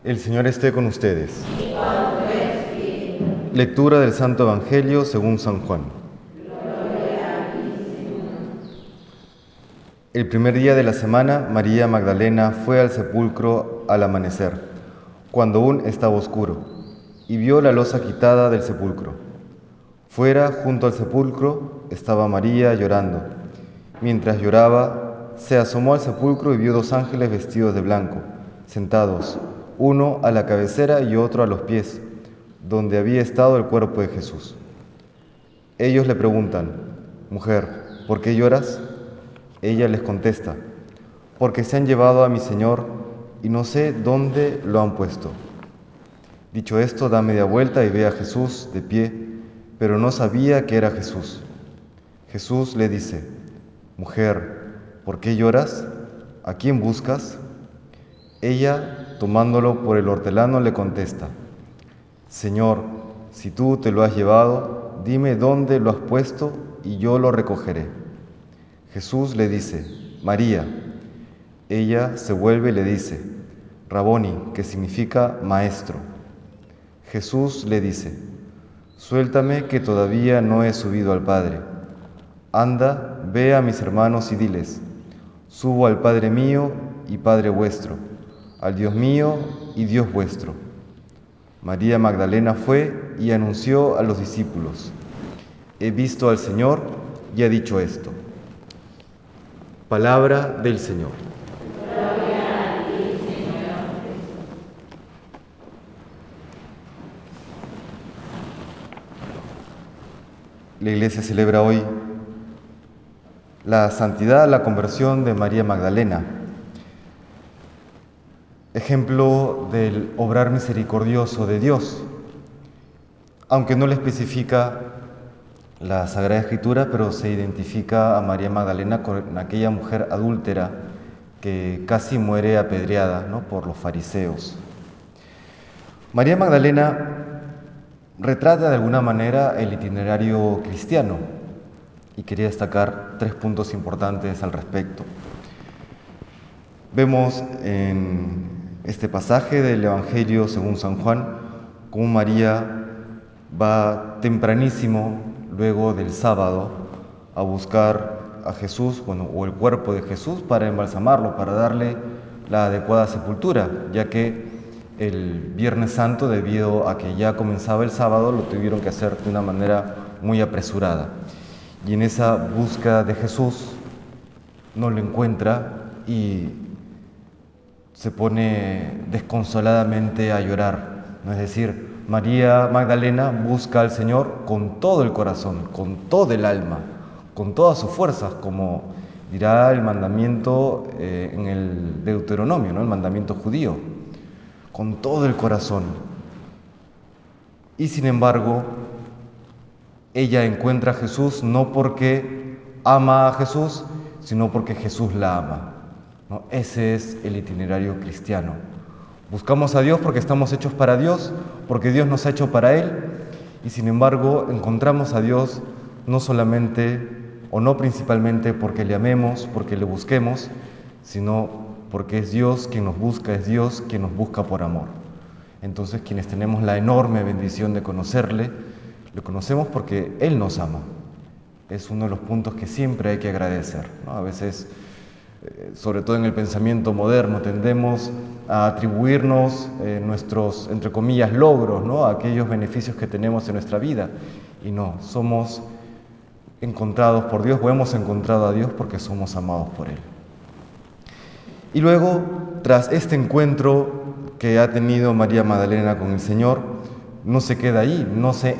El Señor esté con ustedes. Lectura del Santo Evangelio según San Juan. El primer día de la semana, María Magdalena fue al sepulcro al amanecer, cuando aún estaba oscuro, y vio la losa quitada del sepulcro. Fuera, junto al sepulcro, estaba María llorando. Mientras lloraba, se asomó al sepulcro y vio dos ángeles vestidos de blanco, sentados, uno a la cabecera y otro a los pies, donde había estado el cuerpo de Jesús. Ellos le preguntan: «Mujer, ¿por qué lloras?». Ella les contesta: «Porque se han llevado a mi Señor y no sé dónde lo han puesto». Dicho esto, da media vuelta y ve a Jesús de pie, pero no sabía que era Jesús. Jesús le dice: «Mujer, ¿por qué lloras? ¿A quién buscas?». Ella, tomándolo por el hortelano, le contesta: «Señor, si tú te lo has llevado, dime dónde lo has puesto y yo lo recogeré». Jesús le dice: «María». Ella se vuelve y le dice: «Raboni», que significa maestro. Jesús le dice: «Suéltame, que todavía no he subido al Padre. Anda, ve a mis hermanos y diles: subo al Padre mío y Padre vuestro, al Dios mío y Dios vuestro». María Magdalena fue y anunció a los discípulos: «He visto al Señor y ha dicho esto». Palabra del Señor. Gloria a ti, Señor. La Iglesia celebra hoy la santidad, la conversión de María Magdalena, ejemplo del obrar misericordioso de Dios, aunque no le especifica la Sagrada Escritura, pero se identifica a María Magdalena con aquella mujer adúltera que casi muere apedreada, ¿no?, por los fariseos. María Magdalena retrata de alguna manera el itinerario cristiano y quería destacar 3 puntos importantes al respecto. Vemos en este pasaje del Evangelio según San Juan cómo María va tempranísimo, luego del sábado, a buscar a Jesús, o el cuerpo de Jesús, para embalsamarlo, para darle la adecuada sepultura, ya que el Viernes Santo, debido a que ya comenzaba el sábado, lo tuvieron que hacer de una manera muy apresurada. Y en esa búsqueda de Jesús no lo encuentra y se pone desconsoladamente a llorar, ¿no? Es decir, María Magdalena busca al Señor con todo el corazón, con todo el alma, con todas sus fuerzas, como dirá el mandamiento en el Deuteronomio, ¿no?, el mandamiento judío, con todo el corazón. Y sin embargo, ella encuentra a Jesús no porque ama a Jesús, sino porque Jesús la ama, ¿no? Ese es el itinerario cristiano. Buscamos a Dios porque estamos hechos para Dios, porque Dios nos ha hecho para Él, y sin embargo encontramos a Dios no solamente o no principalmente porque le amemos, porque le busquemos, sino porque es Dios quien nos busca, es Dios quien nos busca por amor. Entonces, quienes tenemos la enorme bendición de conocerle, lo conocemos porque Él nos ama. Es uno de los puntos que siempre hay que agradecer, ¿no? A veces, sobre todo en el pensamiento moderno, tendemos a atribuirnos nuestros, entre comillas, logros, ¿no?, a aquellos beneficios que tenemos en nuestra vida. Y no, somos encontrados por Dios, o hemos encontrado a Dios porque somos amados por Él. Y luego, tras este encuentro que ha tenido María Magdalena con el Señor, no se queda ahí, no se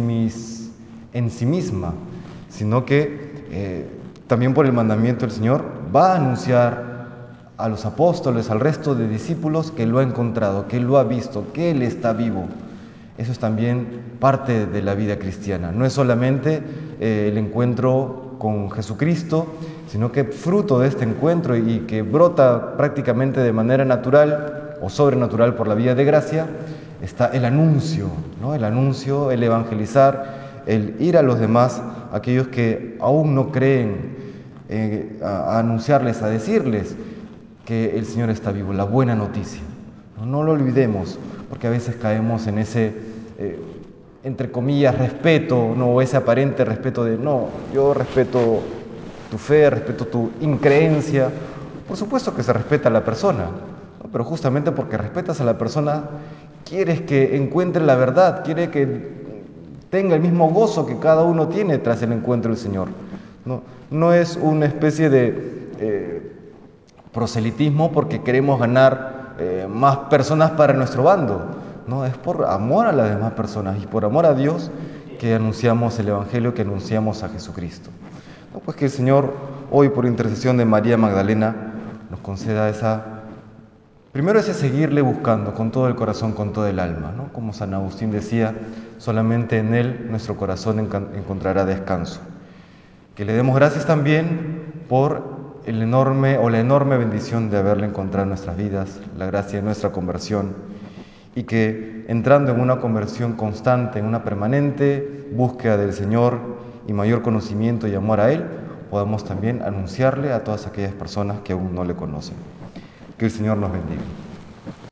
ensimisma, sino que también por el mandamiento del Señor va a anunciar a los apóstoles, al resto de discípulos, que lo ha encontrado, que lo ha visto, que Él está vivo. Eso es también parte de la vida cristiana. No es solamente el encuentro con Jesucristo, sino que fruto de este encuentro y que brota prácticamente de manera natural o sobrenatural por la vía de gracia, está el anuncio, ¿no? El anuncio, el evangelizar, el ir a los demás, aquellos que aún no creen, a anunciarles, a decirles que el Señor está vivo, la buena noticia, No lo olvidemos, porque a veces caemos en ese, entre comillas, respeto, no, ese aparente respeto de, no, yo respeto tu fe, respeto tu increencia. Por supuesto que se respeta a la persona, ¿no? Pero justamente porque respetas a la persona, quieres que encuentre la verdad, quiere que tenga el mismo gozo que cada uno tiene tras el encuentro del Señor. No es una especie de proselitismo porque queremos ganar más personas para nuestro bando. No, es por amor a las demás personas y por amor a Dios que anunciamos el Evangelio, que anunciamos a Jesucristo. No, pues que el Señor hoy, por intercesión de María Magdalena, nos conceda primero ese seguirle buscando con todo el corazón, con todo el alma, ¿no? Como San Agustín decía, solamente en Él nuestro corazón encontrará descanso. Que le demos gracias también por la enorme bendición de haberle encontrado en nuestras vidas, la gracia de nuestra conversión, y que entrando en una conversión constante, en una permanente búsqueda del Señor y mayor conocimiento y amor a Él, podamos también anunciarle a todas aquellas personas que aún no le conocen. Que el Señor nos bendiga.